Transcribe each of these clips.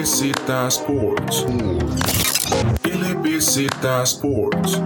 LBZ Sports. LBZ Sports.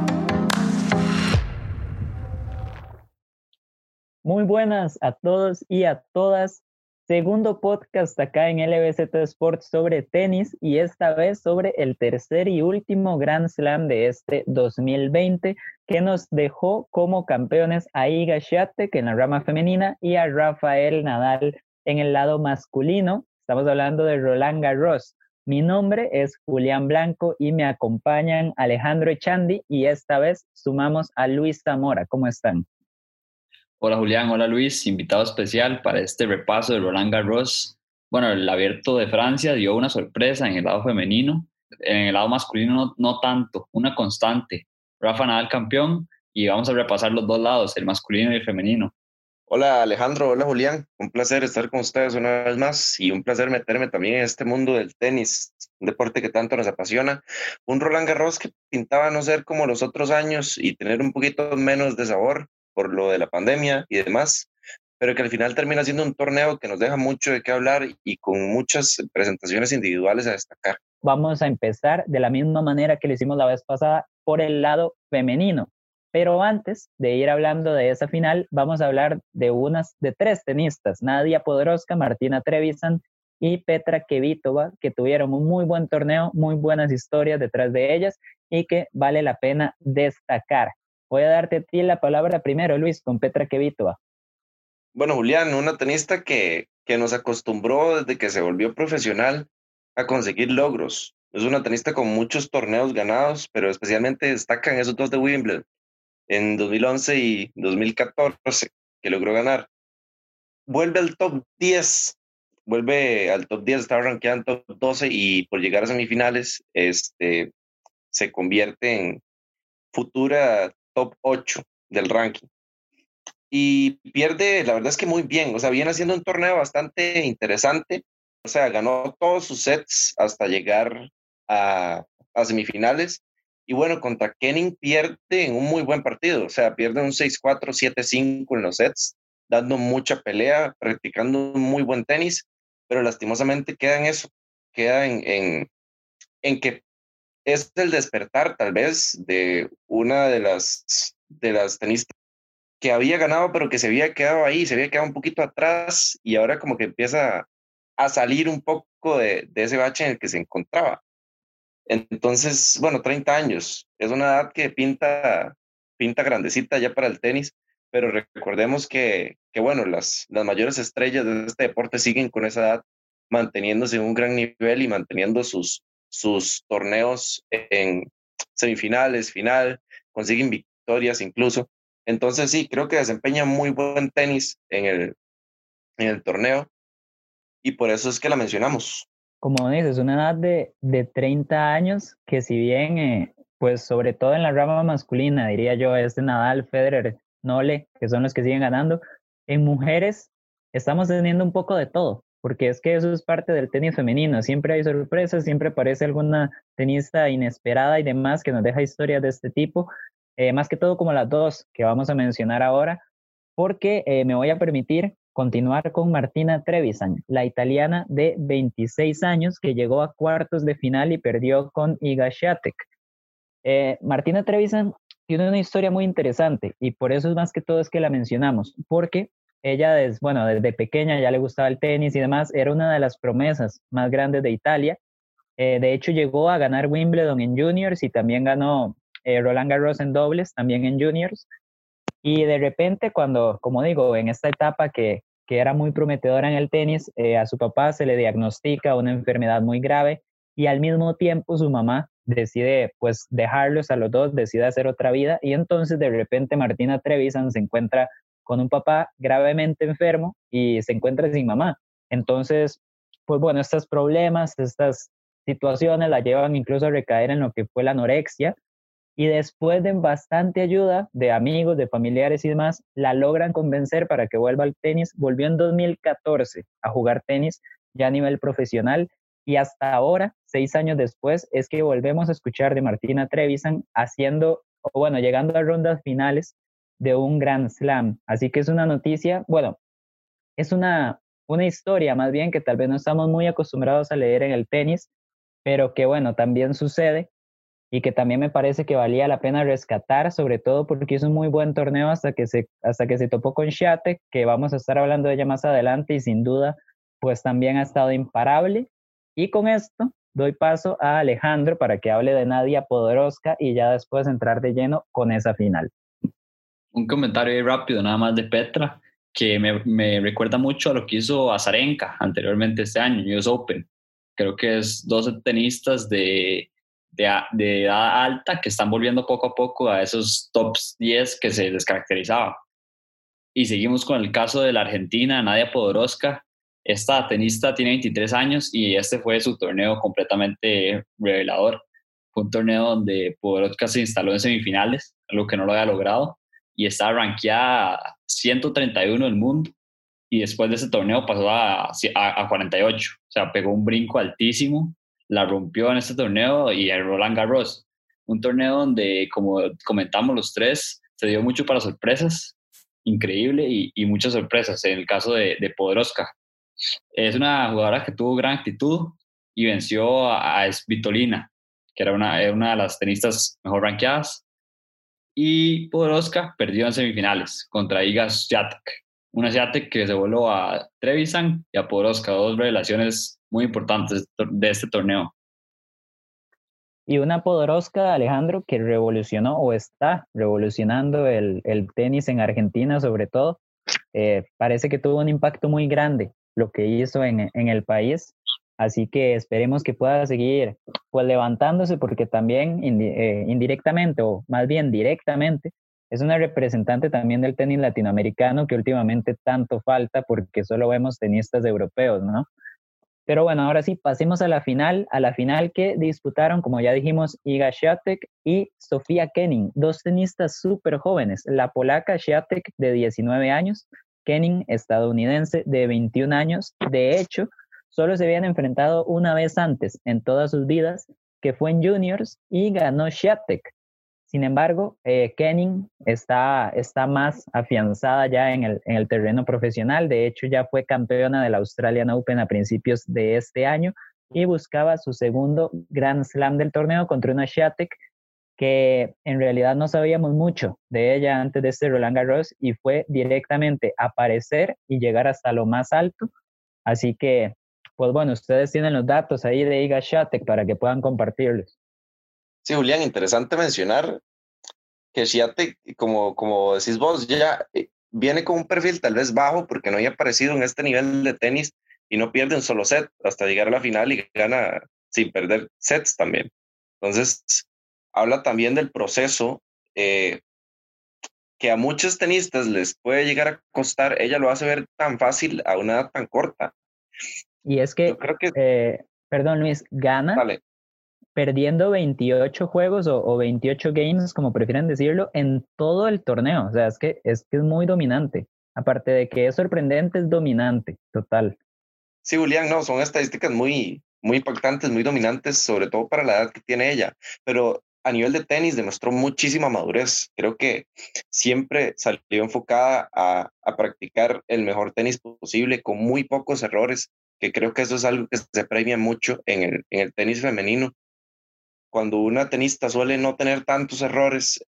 Muy buenas a todos y a todas. Segundo podcast acá en LBZ Sports sobre tenis y esta vez sobre el tercer y último Grand Slam de este 2020 que nos dejó como campeones a Iga Swiatek en la rama femenina y a Rafael Nadal en el lado masculino. Estamos hablando de Roland Garros. Mi nombre es Julián Blanco y me acompañan Alejandro Echandi y esta vez sumamos a Luis Zamora. ¿Cómo están? Hola Julián, hola Luis, invitado especial para este repaso de Roland Garros. Bueno, el Abierto de Francia dio una sorpresa en el lado femenino, en el lado masculino no tanto, una constante. Rafa Nadal campeón y vamos a repasar los dos lados, el masculino y el femenino. Hola Alejandro, hola Julián, un placer estar con ustedes una vez más y un placer meterme también en este mundo del tenis, un deporte que tanto nos apasiona. Un Roland Garros que pintaba no ser como los otros años y tener un poquito menos de sabor por lo de la pandemia y demás, pero que al final termina siendo un torneo que nos deja mucho de qué hablar y con muchas presentaciones individuales a destacar. Vamos a empezar de la misma manera que lo hicimos la vez pasada por el lado femenino. Pero antes de ir hablando de esa final, vamos a hablar de tres tenistas, Nadia Podoroska, Martina Trevisan y Petra Kvitova, que tuvieron un muy buen torneo, muy buenas historias detrás de ellas y que vale la pena destacar. Voy a darte a ti la palabra primero, Luis, con Petra Kvitova. Bueno, Julián, una tenista que nos acostumbró desde que se volvió profesional a conseguir logros. Es una tenista con muchos torneos ganados, pero especialmente destacan esos dos de Wimbledon en 2011 y 2014 que logró ganar. Vuelve al top 10, estaba rankeada en top 12 y por llegar a semifinales se convierte en futura top 8 del ranking. Y pierde, la verdad es que muy bien, o sea, viene haciendo un torneo bastante interesante, o sea, ganó todos sus sets hasta llegar a semifinales. Y bueno, contra Kenin pierde en un muy buen partido, o sea, pierde un 6-4, 7-5 en los sets, dando mucha pelea, practicando un muy buen tenis, pero lastimosamente queda en eso, queda en que es el despertar tal vez de una de las tenistas que había ganado, pero que se había quedado ahí, se había quedado un poquito atrás y ahora como que empieza a salir un poco de ese bache en el que se encontraba. Entonces, bueno, 30 años, es una edad que pinta grandecita ya para el tenis, pero recordemos que bueno, las mayores estrellas de este deporte siguen con esa edad, manteniéndose en un gran nivel y manteniendo sus torneos en semifinales, final, consiguen victorias incluso. Entonces sí, creo que desempeña muy buen tenis en el torneo y por eso es que la mencionamos. Como dices, una edad de 30 años que si bien, pues sobre todo en la rama masculina, diría yo, es de Nadal, Federer, Nole, que son los que siguen ganando, en mujeres estamos teniendo un poco de todo, porque es que eso es parte del tenis femenino, siempre hay sorpresas, siempre aparece alguna tenista inesperada y demás que nos deja historias de este tipo, más que todo como las dos que vamos a mencionar ahora, porque me voy a permitir continuar con Martina Trevisan, la italiana de 26 años que llegó a cuartos de final y perdió con Iga Swiatek. Martina Trevisan tiene una historia muy interesante y por eso es más que todo es que la mencionamos, porque ella desde pequeña ya le gustaba el tenis y demás, era una de las promesas más grandes de Italia. De hecho llegó a ganar Wimbledon en juniors y también ganó Roland Garros en dobles, también en juniors. Y de repente, cuando, como digo, en esta etapa que era muy prometedora en el tenis, a su papá se le diagnostica una enfermedad muy grave y al mismo tiempo su mamá decide pues dejarlos a los dos, decide hacer otra vida y entonces de repente Martina Trevisan se encuentra con un papá gravemente enfermo y se encuentra sin mamá. Entonces, pues bueno, estos problemas, estas situaciones la llevan incluso a recaer en lo que fue la anorexia y después de bastante ayuda de amigos, de familiares y demás, la logran convencer para que vuelva al tenis. Volvió en 2014 a jugar tenis ya a nivel profesional y hasta ahora, 6 años después, es que volvemos a escuchar de Martina Trevisan haciendo, o bueno, llegando a rondas finales de un Grand Slam. Así que es una noticia, bueno, es una historia más bien que tal vez no estamos muy acostumbrados a leer en el tenis, pero que bueno, también sucede y que también me parece que valía la pena rescatar, sobre todo porque hizo un muy buen torneo hasta que se topó con Swiatek, que vamos a estar hablando de ella más adelante y sin duda pues también ha estado imparable. Y con esto doy paso a Alejandro para que hable de Nadia Podoroska y ya después entrar de lleno con esa final. Un comentario ahí rápido nada más de Petra, que me recuerda mucho a lo que hizo Azarenka anteriormente este año, US Open. Creo que es 12 tenistas de edad alta que están volviendo poco a poco a esos tops 10 que se les caracterizaba. Y seguimos con el caso de la argentina, Nadia Podoroska. Esta tenista tiene 23 años y este fue su torneo completamente revelador. Fue un torneo donde Podoroska se instaló en semifinales, algo que no lo había logrado, y está rankeada 131 del mundo. Y después de ese torneo pasó a 48. O sea, pegó un brinco altísimo, la rompió en este torneo y el Roland Garros. Un torneo donde, como comentamos los tres, se dio mucho para sorpresas, increíble y muchas sorpresas en el caso de Podoroska. Es una jugadora que tuvo gran actitud y venció a Svitolina, que era una de las tenistas mejor rankeadas. Y Podoroska perdió en semifinales contra Iga Swiatek, una Swiatek que se voló a Trevisan y a Podoroska, dos revelaciones muy importantes de este torneo. Y una Podoroska, Alejandro, que revolucionó o está revolucionando el tenis en Argentina sobre todo. Parece que tuvo un impacto muy grande lo que hizo en el país, así que esperemos que pueda seguir pues levantándose porque también indirectamente o más bien directamente es una representante también del tenis latinoamericano que últimamente tanto falta porque solo vemos tenistas europeos, ¿no? Pero bueno, ahora sí, pasemos a la final que disputaron, como ya dijimos, Iga Swiatek y Sofía Kenin, dos tenistas súper jóvenes, la polaca Swiatek de 19 años, Kenin estadounidense de 21 años. De hecho, solo se habían enfrentado una vez antes en todas sus vidas, que fue en juniors y ganó Swiatek. Sin embargo, Kenin está más afianzada ya en el terreno profesional. De hecho, ya fue campeona del Australian Open a principios de este año y buscaba su segundo Grand Slam del torneo contra una Swiatek que en realidad no sabíamos mucho de ella antes de este Roland Garros y fue directamente aparecer y llegar hasta lo más alto. Así que, pues bueno, ustedes tienen los datos ahí de Iga Swiatek para que puedan compartirlos. Sí, Julián, interesante mencionar que Swiatek, como decís vos, ya viene con un perfil tal vez bajo porque no había aparecido en este nivel de tenis y no pierde un solo set hasta llegar a la final y gana sin perder sets también. Entonces, habla también del proceso que a muchos tenistas les puede llegar a costar. Ella lo hace ver tan fácil a una edad tan corta. Y es que, yo creo que perdón Luis, gana dale. perdiendo 28 juegos o 28 games, como prefieren decirlo, en todo el torneo. O sea, es que es muy dominante. Aparte de que es sorprendente, es dominante, total. Sí, Julián, no, son estadísticas muy, muy impactantes, muy dominantes, sobre todo para la edad que tiene ella. Pero a nivel de tenis demostró muchísima madurez. Creo que siempre salió enfocada a practicar el mejor tenis posible con muy pocos errores, que creo que eso es algo que se premia mucho en el tenis femenino. Cuando una tenista suele no tener tantos errores,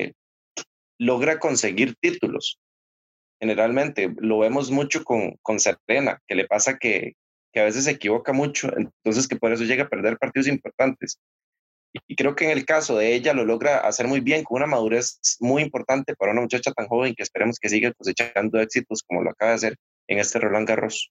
logra conseguir títulos. Generalmente lo vemos mucho con Serena, que le pasa que a veces se equivoca mucho, entonces que por eso llega a perder partidos importantes. Y creo que en el caso de ella lo logra hacer muy bien, con una madurez muy importante para una muchacha tan joven que esperemos que siga cosechando éxitos como lo acaba de hacer en este Roland Garros.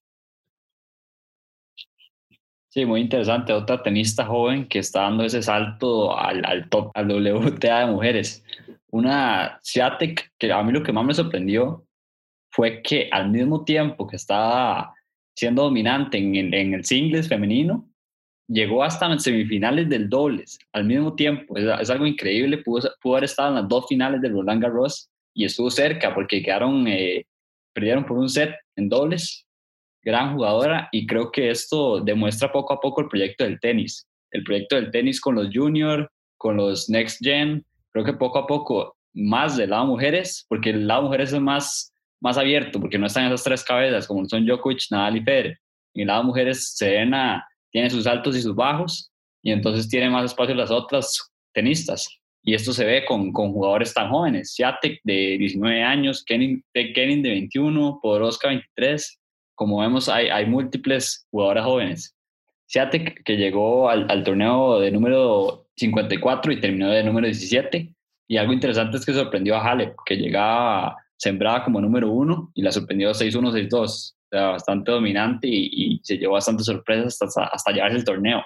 Sí, muy interesante. Otra tenista joven que está dando ese salto al top, al WTA de mujeres. Una Swiatek que a mí lo que más me sorprendió fue que al mismo tiempo que estaba siendo dominante en el singles femenino, llegó hasta semifinales del dobles al mismo tiempo. Es algo increíble. Pudo haber estado en las dos finales del Roland Garros y estuvo cerca porque perdieron por un set en dobles. Gran jugadora y creo que esto demuestra poco a poco el proyecto del tenis. El proyecto del tenis con los junior, con los next gen, creo que poco a poco más del lado mujeres, porque el lado mujeres es más más abierto, porque no están esas tres cabezas como son Djokovic, Nadal y Federer. En el lado mujeres, Serena tiene sus altos y sus bajos, y entonces tiene más espacio las otras tenistas. Y esto se ve con jugadores tan jóvenes, Swiatek de 19 años, Kenin de 21, Podoroska 23. Como vemos, hay múltiples jugadoras jóvenes. Swiatek, que llegó al torneo de número 54 y terminó de número 17. Y algo interesante es que sorprendió a Halep, que llegaba sembrada como número 1 y la sorprendió 6-1, 6-2. O sea, bastante dominante y se llevó bastante sorpresas hasta llevarse el torneo.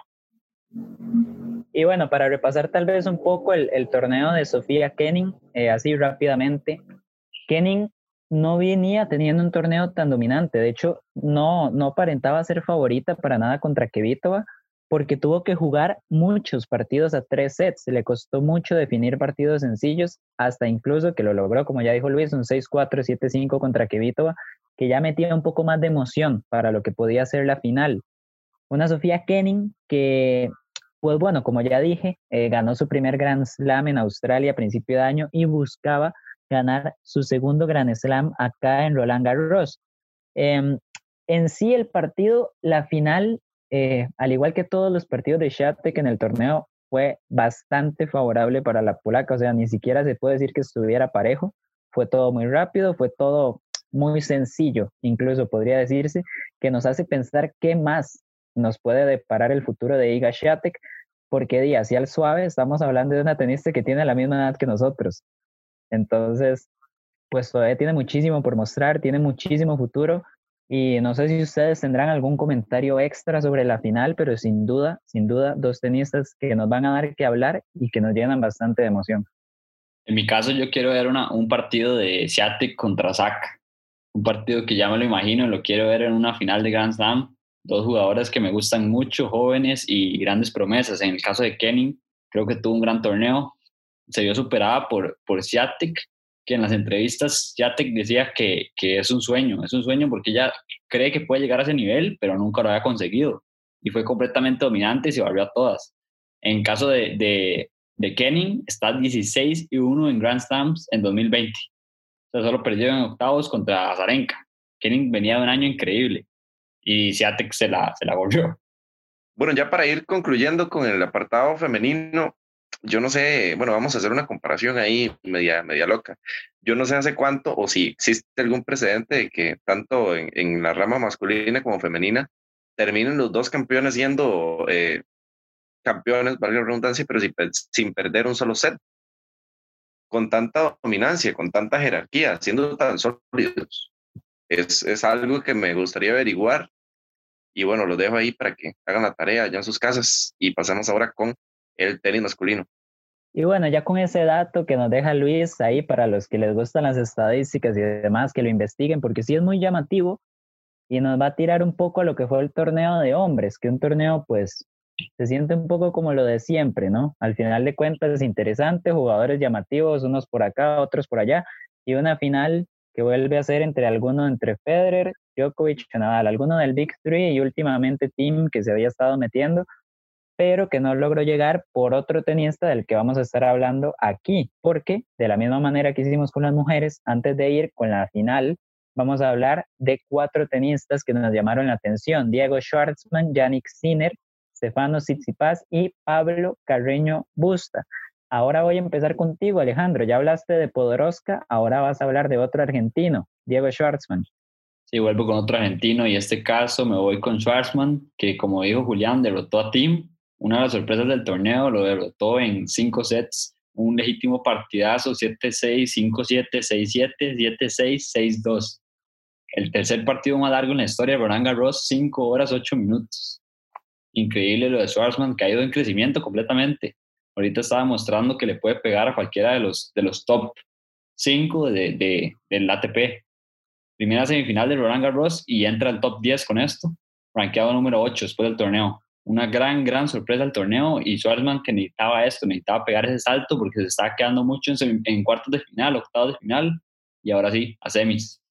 Y bueno, para repasar tal vez un poco el torneo de Sofía Kenin, así rápidamente. Kenin no venía teniendo un torneo tan dominante, de hecho no aparentaba ser favorita para nada contra Kvitova, porque tuvo que jugar muchos partidos a 3 sets, le costó mucho definir partidos sencillos, hasta incluso que lo logró, como ya dijo Luis, un 6-4, 7-5 contra Kvitova, que ya metía un poco más de emoción para lo que podía ser la final. Una Sofía Kenin que, pues bueno, como ya dije, ganó su primer Grand Slam en Australia a principio de año y buscaba ganar su segundo Grand Slam acá en Roland Garros. En sí el partido, la final, al igual que todos los partidos de Swiatek en el torneo, fue bastante favorable para la polaca, o sea, ni siquiera se puede decir que estuviera parejo, fue todo muy rápido, fue todo muy sencillo, incluso podría decirse que nos hace pensar qué más nos puede deparar el futuro de Iga Swiatek, porque así al suave estamos hablando de una tenista que tiene la misma edad que nosotros. Entonces, pues todavía tiene muchísimo por mostrar, tiene muchísimo futuro y no sé si ustedes tendrán algún comentario extra sobre la final, pero sin duda, dos tenistas que nos van a dar que hablar y que nos llenan bastante de emoción. En mi caso, yo quiero ver un partido de Swiatek contra Osaka, un partido que ya me lo imagino, lo quiero ver en una final de Grand Slam, dos jugadoras que me gustan mucho, jóvenes y grandes promesas. En el caso de Kenin, creo que tuvo un gran torneo, se vio superada por Swiatek, que en las entrevistas Swiatek decía que es un sueño porque ella cree que puede llegar a ese nivel, pero nunca lo había conseguido, y fue completamente dominante y se barrió a todas. En caso de Kenin, está 16-1 en Grand Slams en 2020. O sea, solo perdió en octavos contra Azarenka. Kenin venía de un año increíble y Swiatek se la volvió. Bueno, ya para ir concluyendo con el apartado femenino, yo no sé, bueno, vamos a hacer una comparación ahí media loca. Yo no sé hace cuánto o si existe algún precedente de que tanto en la rama masculina como femenina terminen los dos campeones siendo campeones, valga la redundancia, pero sin perder un solo set, con tanta dominancia, con tanta jerarquía, siendo tan sólidos. Es algo que me gustaría averiguar. Y bueno, los dejo ahí para que hagan la tarea ya en sus casas y pasamos ahora con el tenis masculino. Y bueno, ya con ese dato que nos deja Luis ahí para los que les gustan las estadísticas y demás, que lo investiguen, porque sí es muy llamativo y nos va a tirar un poco a lo que fue el torneo de hombres, que un torneo pues se siente un poco como lo de siempre, ¿no? Al final de cuentas es interesante, jugadores llamativos, unos por acá, otros por allá, y una final que vuelve a ser entre Federer, Djokovic y Nadal, alguno del Big Three y últimamente Thiem que se había estado metiendo, pero que no logró llegar por otro tenista del que vamos a estar hablando aquí, porque de la misma manera que hicimos con las mujeres, antes de ir con la final, vamos a hablar de 4 tenistas que nos llamaron la atención: Diego Schwartzman, Jannik Sinner, Stefano Tsitsipas y Pablo Carreño Busta. Ahora voy a empezar contigo, Alejandro. Ya hablaste de Podoroska, ahora vas a hablar de otro argentino, Diego Schwartzman. Sí, vuelvo con otro argentino y en este caso me voy con Schwartzman, que como dijo Julián, derrotó a Thiem. Una de las sorpresas del torneo, lo derrotó en 5 sets, un legítimo partidazo, 7-6, 5-7, 6-7, 7-6, 6-2. El tercer partido más largo en la historia de Roland Garros, 5 horas 8 minutos. Increíble lo de Schwartzman, que ha ido en crecimiento completamente. Ahorita está demostrando que le puede pegar a cualquiera de los top 5 del ATP. Primera semifinal de Roland Garros y entra al top 10 con esto, rankeado número 8 después del torneo. Una gran sorpresa del torneo, y Schwartzman, que necesitaba pegar ese salto porque se estaba quedando mucho en cuartos de final, octavos de final, y ahora sí, a semis.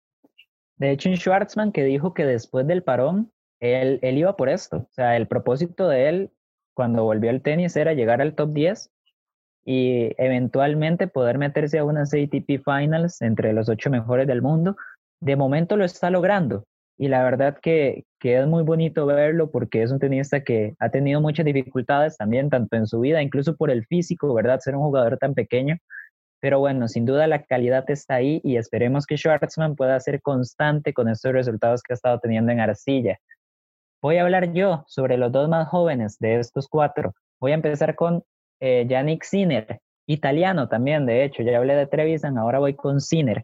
De hecho, un Schwartzman que dijo que después del parón, él iba por esto. O sea, el propósito de él cuando volvió al tenis era llegar al top 10 y eventualmente poder meterse a unas ATP Finals entre los 8 mejores del mundo. De momento lo está logrando y la verdad que es muy bonito verlo porque es un tenista que ha tenido muchas dificultades también, tanto en su vida, incluso por el físico, ¿verdad? Ser un jugador tan pequeño. Pero bueno, sin duda la calidad está ahí y esperemos que Schwartzman pueda ser constante con estos resultados que ha estado teniendo en arcilla. Voy a hablar yo sobre los dos más jóvenes de estos 4. Voy a empezar con Yannick Sinner, italiano también, de hecho, ya hablé de Trevisan, ahora voy con Sinner.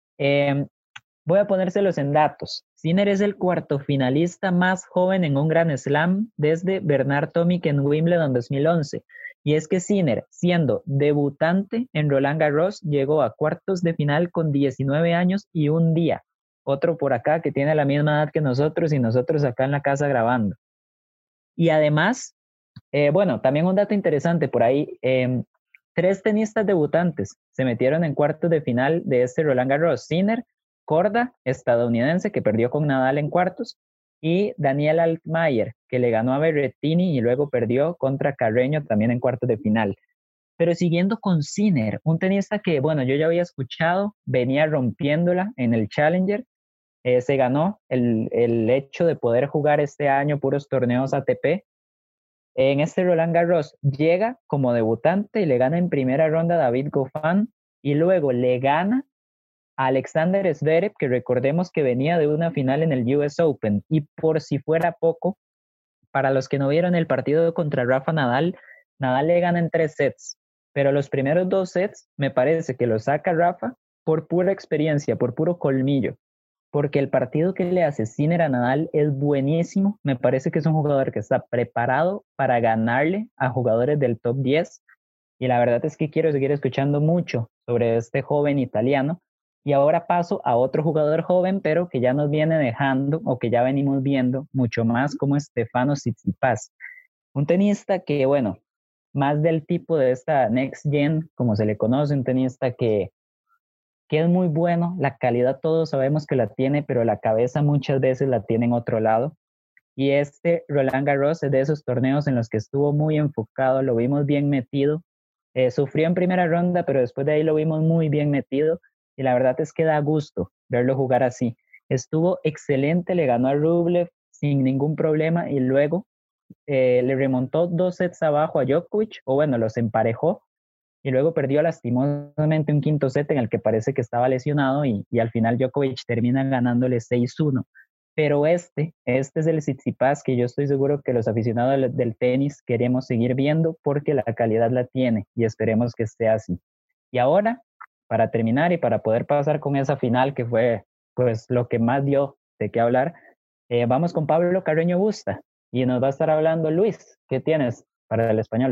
Voy a ponérselos en datos. Sinner es el cuarto finalista más joven en un Grand Slam desde Bernard Tomic en Wimbledon 2011. Y es que Sinner, siendo debutante en Roland Garros, llegó a cuartos de final con 19 años y un día. Otro por acá que tiene la misma edad que nosotros y nosotros acá en la casa grabando. Y además, bueno, también un dato interesante por ahí, 3 tenistas debutantes se metieron en cuartos de final de este Roland Garros. Sinner, Korda, estadounidense, que perdió con Nadal en cuartos, y Daniel Altmaier, que le ganó a Berrettini y luego perdió contra Carreño también en cuartos de final. Pero siguiendo con Sinner, un tenista que, bueno, yo ya había escuchado, venía rompiéndola en el Challenger, se ganó el hecho de poder jugar este año puros torneos ATP. En este Roland Garros llega como debutante y le gana en primera ronda a David Goffin y luego le gana a Alexander Zverev, que recordemos que venía de una final en el US Open. Y por si fuera poco, para los que no vieron el partido contra Rafa Nadal, Nadal le gana en 3 sets, pero los primeros 2 sets me parece que lo saca Rafa por pura experiencia, por puro colmillo, porque el partido que le hace Sinner a Nadal es buenísimo. Me parece que es un jugador que está preparado para ganarle a jugadores del top 10 y la verdad es que quiero seguir escuchando mucho sobre este joven italiano. Y ahora paso a otro jugador joven, pero que ya nos viene dejando o que ya venimos viendo mucho más, como Stefanos Tsitsipas. Un tenista que, bueno, más del tipo de esta Next Gen, como se le conoce, un tenista que es muy bueno, la calidad todos sabemos que la tiene, pero la cabeza muchas veces la tiene en otro lado. Y este Roland Garros es de esos torneos en los que estuvo muy enfocado, lo vimos bien metido. Sufrió en primera ronda, pero después de ahí lo vimos muy bien metido. Y la verdad es que da gusto verlo jugar así. Estuvo excelente, le ganó a Rublev sin ningún problema y luego le remontó 2 sets abajo a Djokovic, o bueno, los emparejó y luego perdió lastimosamente un quinto set en el que parece que estaba lesionado y al final Djokovic termina ganándole 6-1. Pero este es el Tsitsipas que yo estoy seguro que los aficionados del tenis queremos seguir viendo porque la calidad la tiene y esperemos que esté así. Y ahora, para terminar y para poder pasar con esa final que fue pues lo que más dio de qué hablar, vamos con Pablo Carreño Busta y nos va a estar hablando Luis. ¿Qué tienes para el español?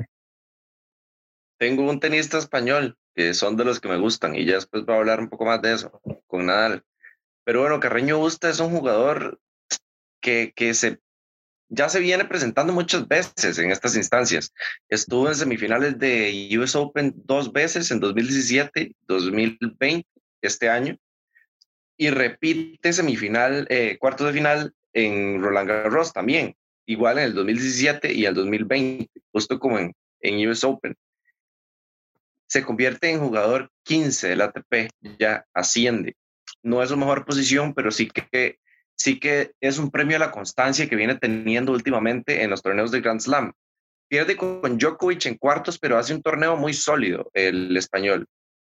Tengo un tenista español que son de los que me gustan y ya después voy a hablar un poco más de eso con Nadal. Pero bueno, Carreño Busta es un jugador que ya se viene presentando muchas veces en estas instancias. Estuvo en semifinales de US Open 2 veces, en 2017, 2020, este año, y repite semifinal, cuartos de final en Roland Garros también, igual en el 2017 y el 2020, justo como en US Open. Se convierte en jugador 15 del ATP, ya asciende. No es su mejor posición, pero sí que es un premio a la constancia que viene teniendo últimamente en los torneos de Grand Slam. Pierde con Djokovic en cuartos, pero hace un torneo muy sólido el español.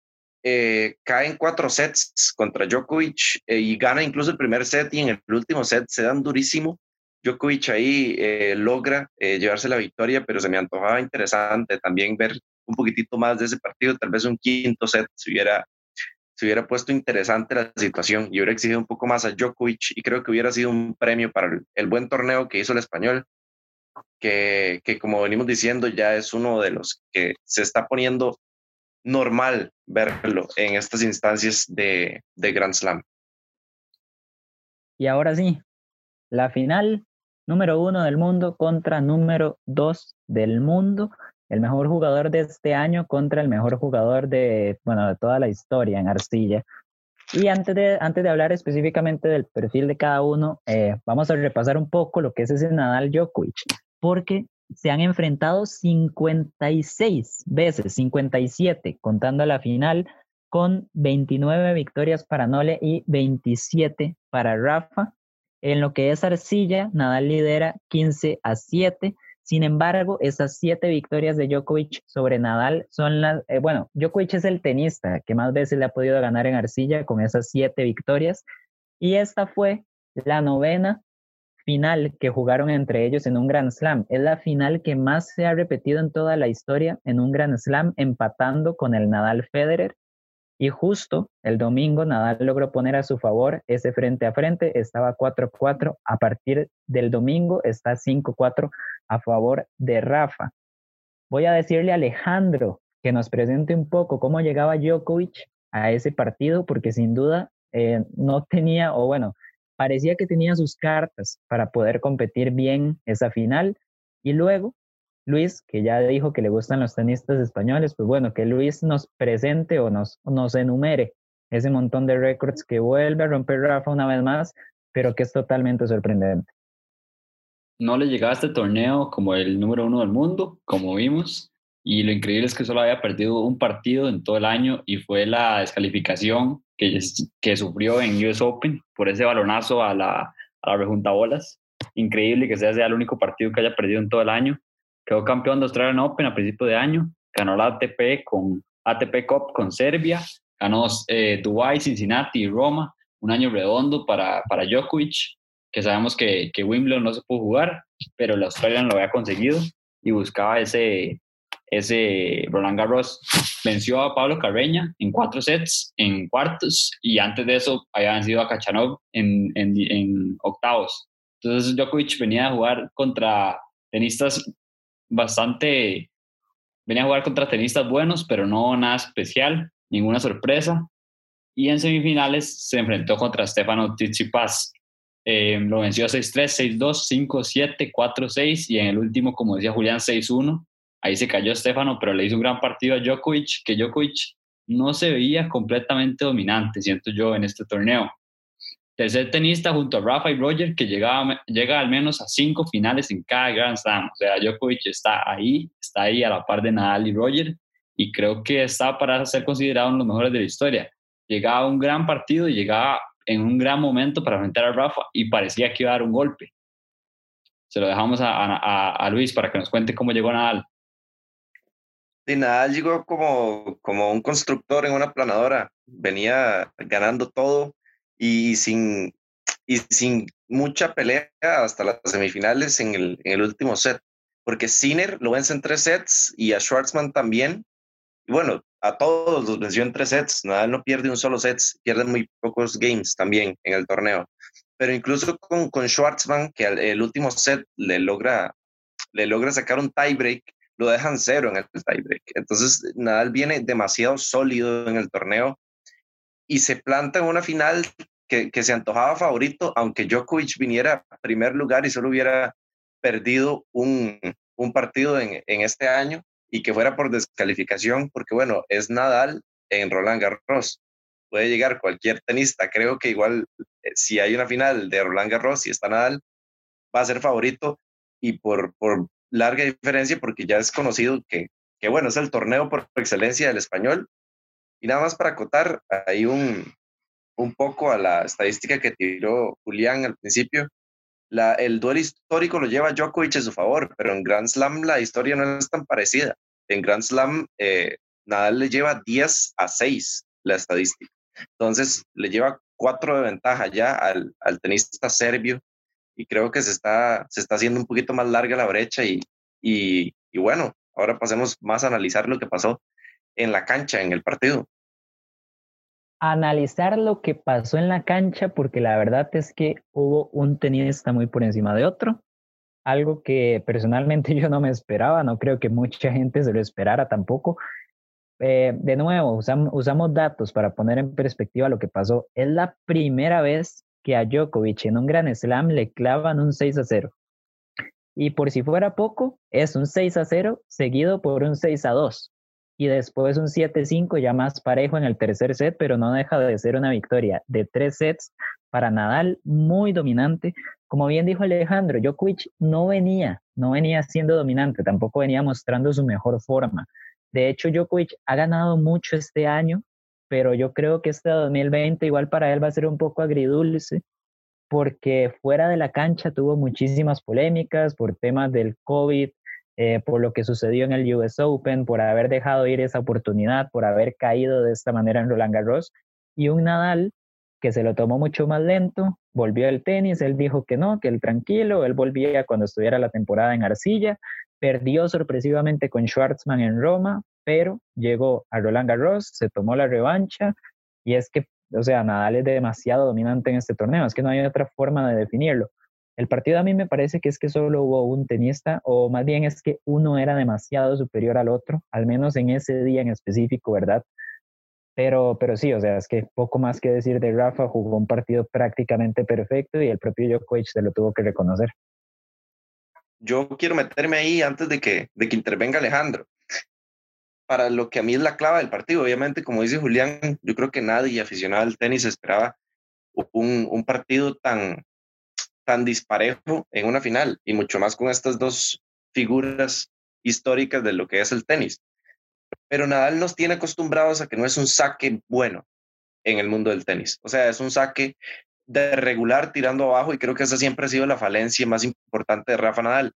Cae en 4 sets contra Djokovic y gana incluso el primer set y en el último set se dan durísimo. Djokovic ahí logra llevarse la victoria, pero se me antojaba interesante también ver un poquitito más de ese partido, tal vez un quinto set se hubiera puesto interesante la situación y hubiera exigido un poco más a Djokovic y creo que hubiera sido un premio para el buen torneo que hizo el español, que como venimos diciendo ya es uno de los que se está poniendo normal verlo en estas instancias de Grand Slam. Y ahora sí, la final, número 1 del mundo contra número 2 del mundo, el mejor jugador de este año contra el mejor jugador de toda la historia en arcilla. Y antes de hablar específicamente del perfil de cada uno, vamos a repasar un poco lo que es ese Nadal Djokovic, porque se han enfrentado 56 veces, 57, contando la final, con 29 victorias para Nole y 27 para Rafa. En lo que es arcilla, Nadal lidera 15-7. Sin embargo, esas 7 victorias de Djokovic sobre Nadal son las... Djokovic es el tenista que más veces le ha podido ganar en arcilla con esas 7 victorias. Y esta fue la 9ª final que jugaron entre ellos en un Grand Slam. Es la final que más se ha repetido en toda la historia en un Grand Slam, empatando con el Nadal Federer. Y justo el domingo Nadal logró poner a su favor ese frente a frente, estaba 4-4, a partir del domingo está 5-4 a favor de Rafa. Voy a decirle a Alejandro que nos presente un poco cómo llegaba Djokovic a ese partido, porque sin duda no tenía, parecía que tenía sus cartas para poder competir bien esa final. Y luego Luis, que ya dijo que le gustan los tenistas españoles, pues bueno, que Luis nos presente o nos enumere ese montón de récords que vuelve a romper Rafa una vez más, pero que es totalmente sorprendente. No le llegaba a este torneo como el número 1 del mundo, como vimos, y lo increíble es que solo había perdido un partido en todo el año y fue la descalificación que sufrió en US Open por ese balonazo a la rejuntabolas. Increíble que sea el único partido que haya perdido en todo el año. Quedó campeón de Australian Open a principio de año, ganó la ATP Cup con Serbia, ganó Dubái, Cincinnati y Roma, un año redondo para Djokovic, que sabemos que Wimbledon no se pudo jugar, pero el Australian lo había conseguido y buscaba ese Roland Garros. Venció a Pablo Carreño en 4 sets en cuartos y antes de eso había vencido a Khachanov en octavos. Entonces Djokovic venía a jugar contra tenistas buenos, pero no nada especial, ninguna sorpresa. Y en semifinales se enfrentó contra Stefano Tsitsipas. Lo venció 6-3, 6-2, 5-7, 4-6 y en el último, como decía Julián, 6-1. Ahí se cayó Stefano, pero le hizo un gran partido a Djokovic, que Djokovic no se veía completamente dominante, siento yo, en este torneo. Tercer tenista junto a Rafa y Roger, que llega al menos a 5 finales en cada Grand Slam. O sea, Djokovic está ahí a la par de Nadal y Roger, y creo que está para ser considerado uno de los mejores de la historia. Llegaba a un gran partido y llegaba en un gran momento para enfrentar a Rafa y parecía que iba a dar un golpe. Se lo dejamos a Luis para que nos cuente cómo llegó Nadal. Y Nadal llegó como un constructor en una planadora, venía ganando todo y sin mucha pelea hasta las semifinales en el último set, porque Sinner lo vence en 3 sets y a Schwartzman también, y bueno, a todos los venció en 3 sets. Nadal no pierde un solo set, pierde muy pocos games también en el torneo, pero incluso con Schwartzman, que el último set le logra sacar un tiebreak, lo dejan 0 en el tiebreak. Entonces Nadal viene demasiado sólido en el torneo y se planta en una final que se antojaba favorito, aunque Djokovic viniera a primer lugar y solo hubiera perdido un partido en este año y que fuera por descalificación, porque bueno, es Nadal en Roland Garros. Puede llegar cualquier tenista. Creo que igual si hay una final de Roland Garros y está Nadal, va a ser favorito y por larga diferencia, porque ya es conocido que bueno, es el torneo por excelencia del español. Y nada más para acotar, hay un poco a la estadística que tiró Julián al principio. El duelo histórico lo lleva Djokovic a su favor, pero en Grand Slam la historia no es tan parecida. En Grand Slam Nadal le lleva 10-6 la estadística. Entonces le lleva 4 de ventaja ya al tenista serbio, y creo que se está haciendo un poquito más larga la brecha y bueno, ahora pasemos más a analizar lo que pasó en la cancha, en el partido. Analizar lo que pasó en la cancha, porque la verdad es que hubo un tenista muy por encima de otro, algo que personalmente yo no me esperaba, no creo que mucha gente se lo esperara tampoco. De nuevo, usamos datos para poner en perspectiva lo que pasó. Es la primera vez que a Djokovic en un Grand Slam le clavan un 6-0. Y por si fuera poco, es un 6-0 seguido por un 6-2. Y después un 7-5 ya más parejo en el tercer set, pero no deja de ser una victoria de 3 sets para Nadal, muy dominante. Como bien dijo Alejandro, Djokovic no venía no venía siendo dominante, tampoco venía mostrando su mejor forma. De hecho, Djokovic ha ganado mucho este año, pero yo creo que este 2020 igual para él va a ser un poco agridulce, porque fuera de la cancha tuvo muchísimas polémicas por temas del COVID, por lo que sucedió en el US Open, por haber dejado ir esa oportunidad, por haber caído de esta manera en Roland Garros, y un Nadal que se lo tomó mucho más lento, volvió al tenis, él dijo que no, que él tranquilo, él volvía cuando estuviera la temporada en arcilla, perdió sorpresivamente con Schwartzman en Roma, pero llegó a Roland Garros, se tomó la revancha, y es que, o sea, Nadal es demasiado dominante en este torneo, es que no hay otra forma de definirlo. El partido a mí me parece que es que solo hubo un tenista, o más bien es que uno era demasiado superior al otro, al menos en ese día en específico, ¿verdad? Pero sí, o sea, es que poco más que decir de Rafa, jugó un partido prácticamente perfecto y el propio Djokovic se lo tuvo que reconocer. Yo quiero meterme ahí antes de que intervenga Alejandro. Para lo que a mí es la clave del partido, obviamente, como dice Julián, yo creo que nadie aficionado al tenis esperaba un partido tan disparejo en una final, y mucho más con estas dos figuras históricas de lo que es el tenis. Pero Nadal nos tiene acostumbrados a que no es un saque bueno en el mundo del tenis. O sea, es un saque de regular tirando abajo, y creo que esa siempre ha sido la falencia más importante de Rafa Nadal.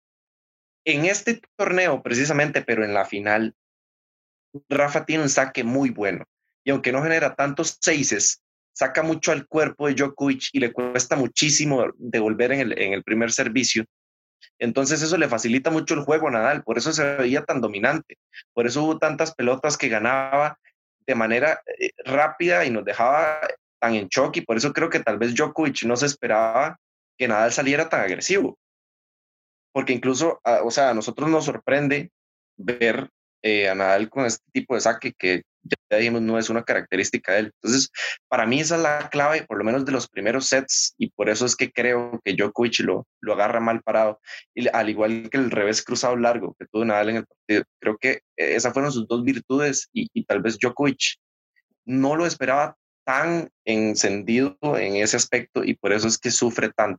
En este torneo, precisamente, pero en la final, Rafa tiene un saque muy bueno. Y aunque no genera tantos seises, saca mucho al cuerpo de Djokovic y le cuesta muchísimo devolver en el primer servicio. Entonces eso le facilita mucho el juego a Nadal, por eso se veía tan dominante, por eso hubo tantas pelotas que ganaba de manera rápida y nos dejaba tan en shock, y por eso creo que tal vez Djokovic no se esperaba que Nadal saliera tan agresivo, porque incluso, o sea, a nosotros nos sorprende ver a Nadal con este tipo de saque que ya dijimos no es una característica de él. Entonces, para mí esa es la clave, por lo menos de los primeros sets, y por eso es que creo que Djokovic lo agarra mal parado, y al igual que el revés cruzado largo que tuvo Nadal en el partido. Creo que esas fueron sus dos virtudes, y tal vez Djokovic no lo esperaba tan encendido en ese aspecto, y por eso es que sufre tanto.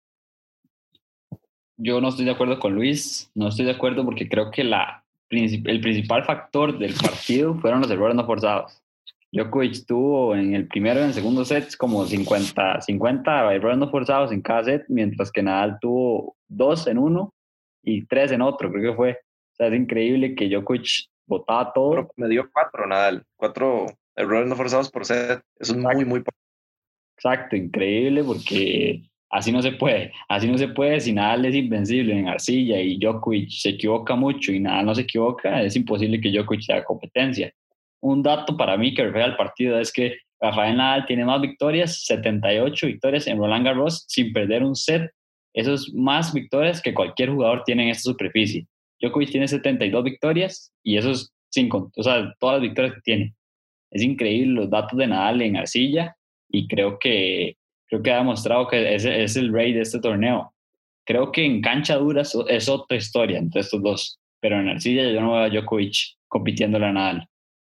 Yo no estoy de acuerdo con Luis, no estoy de acuerdo porque creo que el principal factor del partido fueron los errores no forzados. Djokovic tuvo en el primero y en el segundo set como 50 errores no forzados en cada set, mientras que Nadal tuvo 2 en uno y 3 en otro, creo que fue. O sea, es increíble que Djokovic botaba todo. Pero me dio 4, Nadal, 4 errores no forzados por set. Eso es muy, muy poco. Exacto, increíble porque así no se puede, si Nadal es invencible en arcilla y Djokovic se equivoca mucho y Nadal no se equivoca, es imposible que Djokovic haga competencia. Un dato para mí que refleja el partido es que Rafael Nadal tiene más victorias, 78 victorias en Roland Garros sin perder un set. Eso es más victorias que cualquier jugador tiene en esta superficie. Djokovic tiene 72 victorias y eso es o sea, todas las victorias que tiene. Es increíble los datos de Nadal en arcilla y creo que ha demostrado que es el rey de este torneo. Creo que en cancha dura es otra historia entre estos dos, pero en arcilla yo no veo a Djokovic compitiéndole a Nadal.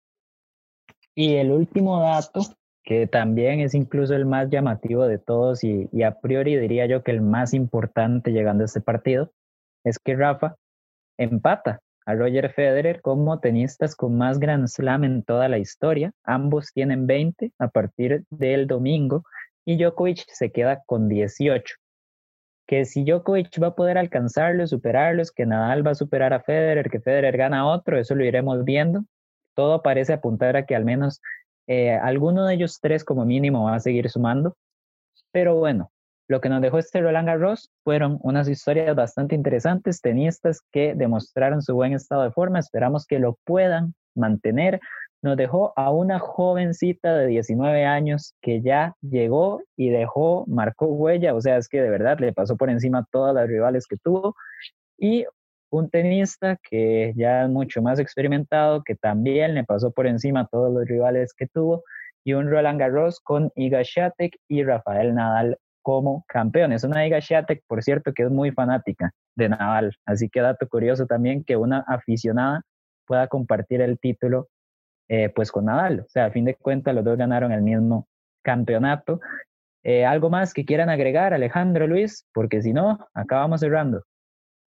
Y el último dato, que también es incluso el más llamativo de todos y a priori diría yo que el más importante llegando a este partido, es que Rafa empata a Roger Federer como tenistas con más Grand Slam en toda la historia. Ambos tienen 20 a partir del domingo y Djokovic se queda con 18. Que si Djokovic va a poder alcanzarlos, superarlos, que Nadal va a superar a Federer, que Federer gana otro, eso lo iremos viendo. Todo parece apuntar a que al menos alguno de ellos tres como mínimo va a seguir sumando. Pero bueno, lo que nos dejó este Roland Garros fueron unas historias bastante interesantes, tenistas que demostraron su buen estado de forma, esperamos que lo puedan mantener. Nos dejó a una jovencita de 19 años que ya llegó y marcó huella, o sea, es que de verdad le pasó por encima a todas las rivales que tuvo, y un tenista que ya es mucho más experimentado, que también le pasó por encima a todos los rivales que tuvo, y un Roland Garros con Iga Swiatek y Rafael Nadal como campeones. Una Iga Swiatek, por cierto, que es muy fanática de Nadal, así que dato curioso también que una aficionada pueda compartir el título pues con Nadal. O sea, a fin de cuentas los dos ganaron el mismo campeonato. ¿Algo más que quieran agregar, Alejandro, Luis? Porque si no, acabamos cerrando.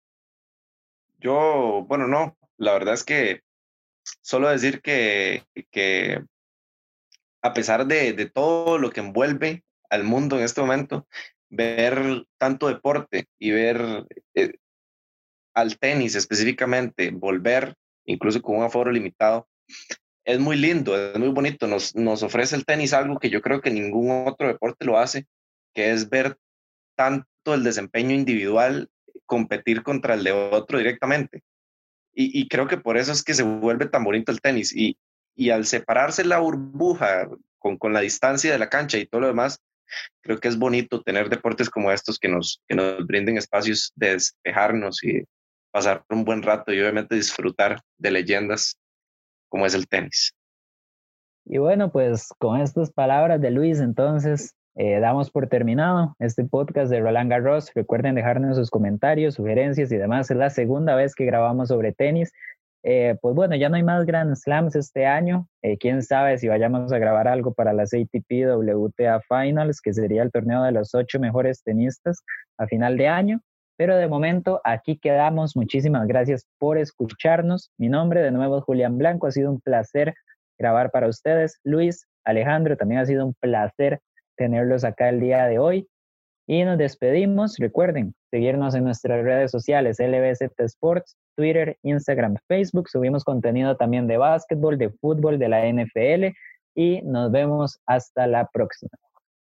Yo, bueno, no, la verdad es que solo decir que a pesar de todo lo que envuelve al mundo en este momento, ver tanto deporte y ver eh, al tenis específicamente, volver, incluso con un aforo limitado, es muy lindo, es muy bonito. Nos ofrece el tenis algo que yo creo que ningún otro deporte lo hace, que es ver tanto el desempeño individual competir contra el de otro directamente. Y creo que por eso es que se vuelve tan bonito el tenis. Y al separarse la burbuja con la distancia de la cancha y todo lo demás, creo que es bonito tener deportes como estos que nos brinden espacios de despejarnos y pasar un buen rato y obviamente disfrutar de leyendas como es el tenis. Y bueno, pues con estas palabras de Luis, entonces damos por terminado este podcast de Roland Garros. Recuerden dejarnos sus comentarios, sugerencias y demás. Es la segunda vez que grabamos sobre tenis. Pues bueno, ya no hay más Grand Slams este año. Quién sabe si vayamos a grabar algo para las ATP WTA Finals, que sería el torneo de los 8 mejores tenistas a final de año. Pero de momento aquí quedamos. Muchísimas gracias por escucharnos. Mi nombre de nuevo es Julián Blanco. Ha sido un placer grabar para ustedes. Luis, Alejandro, también ha sido un placer tenerlos acá el día de hoy. Y nos despedimos. Recuerden seguirnos en nuestras redes sociales, LBZ Sports, Twitter, Instagram, Facebook. Subimos contenido también de básquetbol, de fútbol, de la NFL. Y nos vemos hasta la próxima.